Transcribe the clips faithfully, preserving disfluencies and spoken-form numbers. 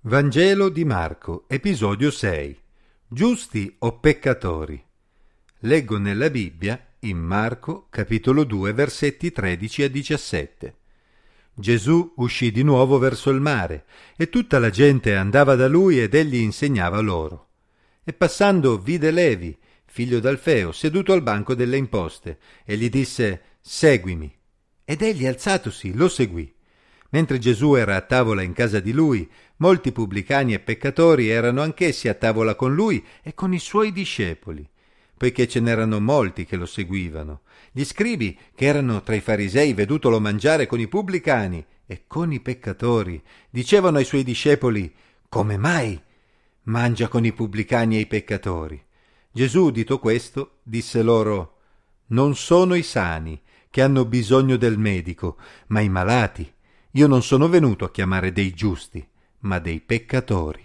Vangelo di Marco, episodio sei. Giusti o peccatori? Leggo nella Bibbia in Marco, capitolo due, versetti tredici a diciassette. Gesù uscì di nuovo verso il mare, e tutta la gente andava da lui ed egli insegnava loro. E passando vide Levi, figlio d'Alfeo, seduto al banco delle imposte, e gli disse: «Seguimi». Ed egli, alzatosi, lo seguì. Mentre Gesù era a tavola in casa di lui, molti pubblicani e peccatori erano anch'essi a tavola con lui e con i suoi discepoli, poiché ce n'erano molti che lo seguivano. Gli scribi, che erano tra i farisei, vedutolo mangiare con i pubblicani e con i peccatori, dicevano ai suoi discepoli: «Come mai mangia con i pubblicani e i peccatori?» Gesù, udito questo, disse loro: «Non sono i sani che hanno bisogno del medico, ma i malati. Io non sono venuto a chiamare dei giusti, ma dei peccatori».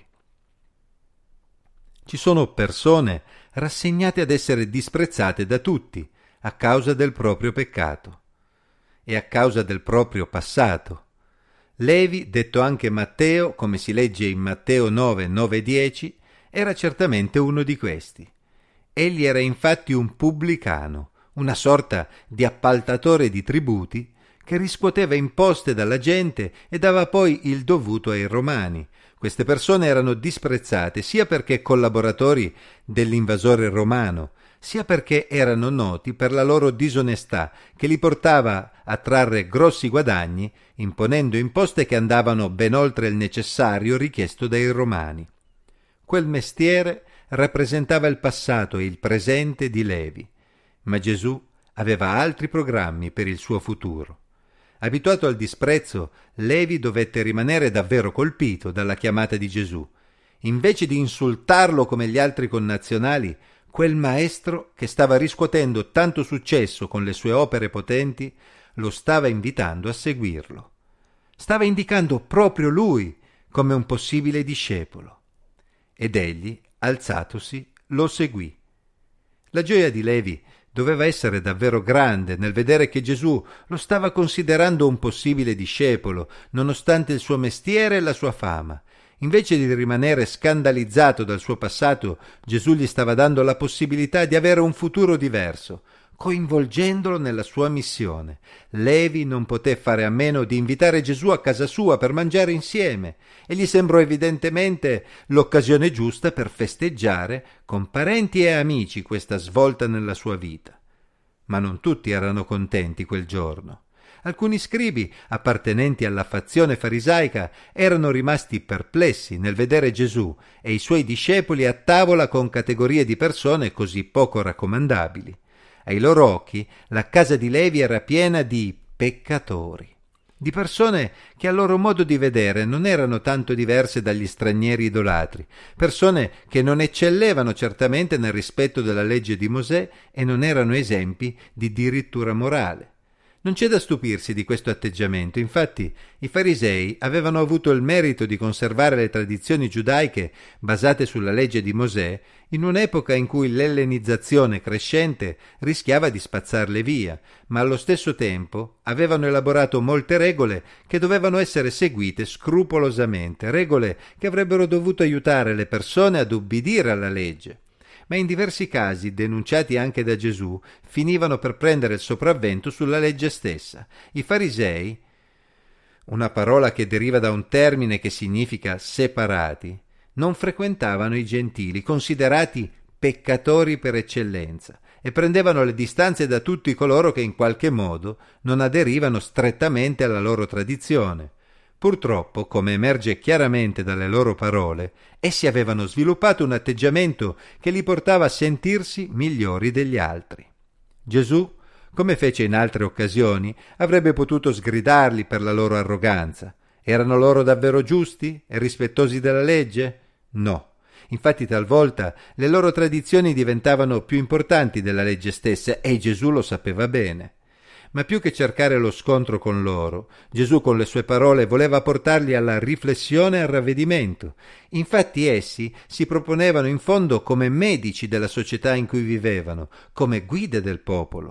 Ci sono persone rassegnate ad essere disprezzate da tutti a causa del proprio peccato e a causa del proprio passato. Levi, detto anche Matteo, come si legge in Matteo nove, nove e dieci, era certamente uno di questi. Egli era infatti un pubblicano, una sorta di appaltatore di tributi, che riscuoteva imposte dalla gente e dava poi il dovuto ai romani. Queste persone erano disprezzate sia perché collaboratori dell'invasore romano, sia perché erano noti per la loro disonestà, che li portava a trarre grossi guadagni, imponendo imposte che andavano ben oltre il necessario richiesto dai romani. Quel mestiere rappresentava il passato e il presente di Levi, ma Gesù aveva altri programmi per il suo futuro. Abituato al disprezzo, Levi dovette rimanere davvero colpito dalla chiamata di Gesù. Invece di insultarlo come gli altri connazionali, quel maestro, che stava riscuotendo tanto successo con le sue opere potenti, lo stava invitando a seguirlo. Stava indicando proprio lui come un possibile discepolo. Ed egli, alzatosi, lo seguì. La gioia di Levi doveva essere davvero grande nel vedere che Gesù lo stava considerando un possibile discepolo, nonostante il suo mestiere e la sua fama. Invece di rimanere scandalizzato dal suo passato, Gesù gli stava dando la possibilità di avere un futuro diverso, coinvolgendolo nella sua missione. Levi non poté fare a meno di invitare Gesù a casa sua per mangiare insieme, e gli sembrò evidentemente l'occasione giusta per festeggiare con parenti e amici questa svolta nella sua vita. Ma non tutti erano contenti quel giorno. Alcuni scribi, appartenenti alla fazione farisaica, erano rimasti perplessi nel vedere Gesù e i suoi discepoli a tavola con categorie di persone così poco raccomandabili. Ai loro occhi la casa di Levi era piena di peccatori, di persone che a loro modo di vedere non erano tanto diverse dagli stranieri idolatri, persone che non eccellevano certamente nel rispetto della legge di Mosè e non erano esempi di dirittura morale. Non c'è da stupirsi di questo atteggiamento, infatti i farisei avevano avuto il merito di conservare le tradizioni giudaiche basate sulla legge di Mosè in un'epoca in cui l'ellenizzazione crescente rischiava di spazzarle via, ma allo stesso tempo avevano elaborato molte regole che dovevano essere seguite scrupolosamente, regole che avrebbero dovuto aiutare le persone ad ubbidire alla legge. Ma in diversi casi, denunciati anche da Gesù, finivano per prendere il sopravvento sulla legge stessa. I farisei, una parola che deriva da un termine che significa separati, non frequentavano i gentili, considerati peccatori per eccellenza, e prendevano le distanze da tutti coloro che in qualche modo non aderivano strettamente alla loro tradizione. Purtroppo, come emerge chiaramente dalle loro parole, essi avevano sviluppato un atteggiamento che li portava a sentirsi migliori degli altri. Gesù, come fece in altre occasioni, avrebbe potuto sgridarli per la loro arroganza. Erano loro davvero giusti e rispettosi della legge? No. Infatti talvolta le loro tradizioni diventavano più importanti della legge stessa e Gesù lo sapeva bene. Ma più che cercare lo scontro con loro, Gesù con le sue parole voleva portarli alla riflessione e al ravvedimento. Infatti essi si proponevano in fondo come medici della società in cui vivevano, come guide del popolo.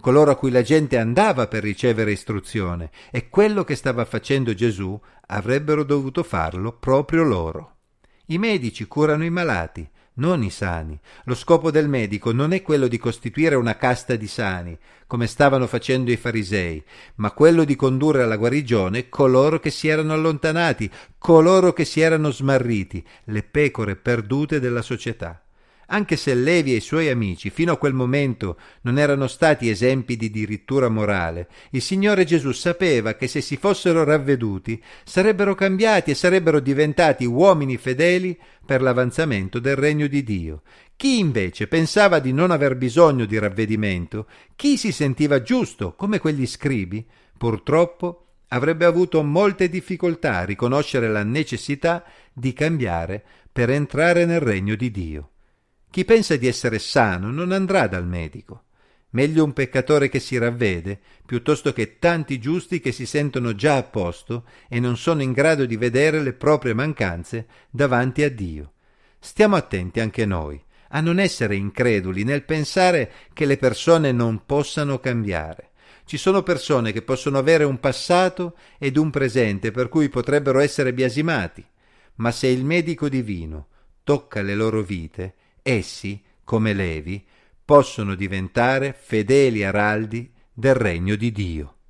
coloro a cui la gente andava per ricevere istruzione, e quello che stava facendo Gesù avrebbero dovuto farlo proprio loro. I medici curano i malati, non i sani. Lo scopo del medico non è quello di costituire una casta di sani, come stavano facendo i farisei, ma quello di condurre alla guarigione coloro che si erano allontanati, coloro che si erano smarriti, le pecore perdute della società. Anche se Levi e i suoi amici fino a quel momento non erano stati esempi di dirittura morale, il Signore Gesù sapeva che se si fossero ravveduti sarebbero cambiati e sarebbero diventati uomini fedeli per l'avanzamento del regno di Dio. Chi invece pensava di non aver bisogno di ravvedimento, chi si sentiva giusto come quegli scribi, purtroppo avrebbe avuto molte difficoltà a riconoscere la necessità di cambiare per entrare nel regno di Dio. Chi pensa di essere sano non andrà dal medico. Meglio un peccatore che si ravvede, piuttosto che tanti giusti che si sentono già a posto e non sono in grado di vedere le proprie mancanze davanti a Dio. Stiamo attenti anche noi a non essere increduli nel pensare che le persone non possano cambiare. Ci sono persone che possono avere un passato ed un presente per cui potrebbero essere biasimati, ma se il medico divino tocca le loro vite, essi, come Levi, possono diventare fedeli araldi del regno di Dio.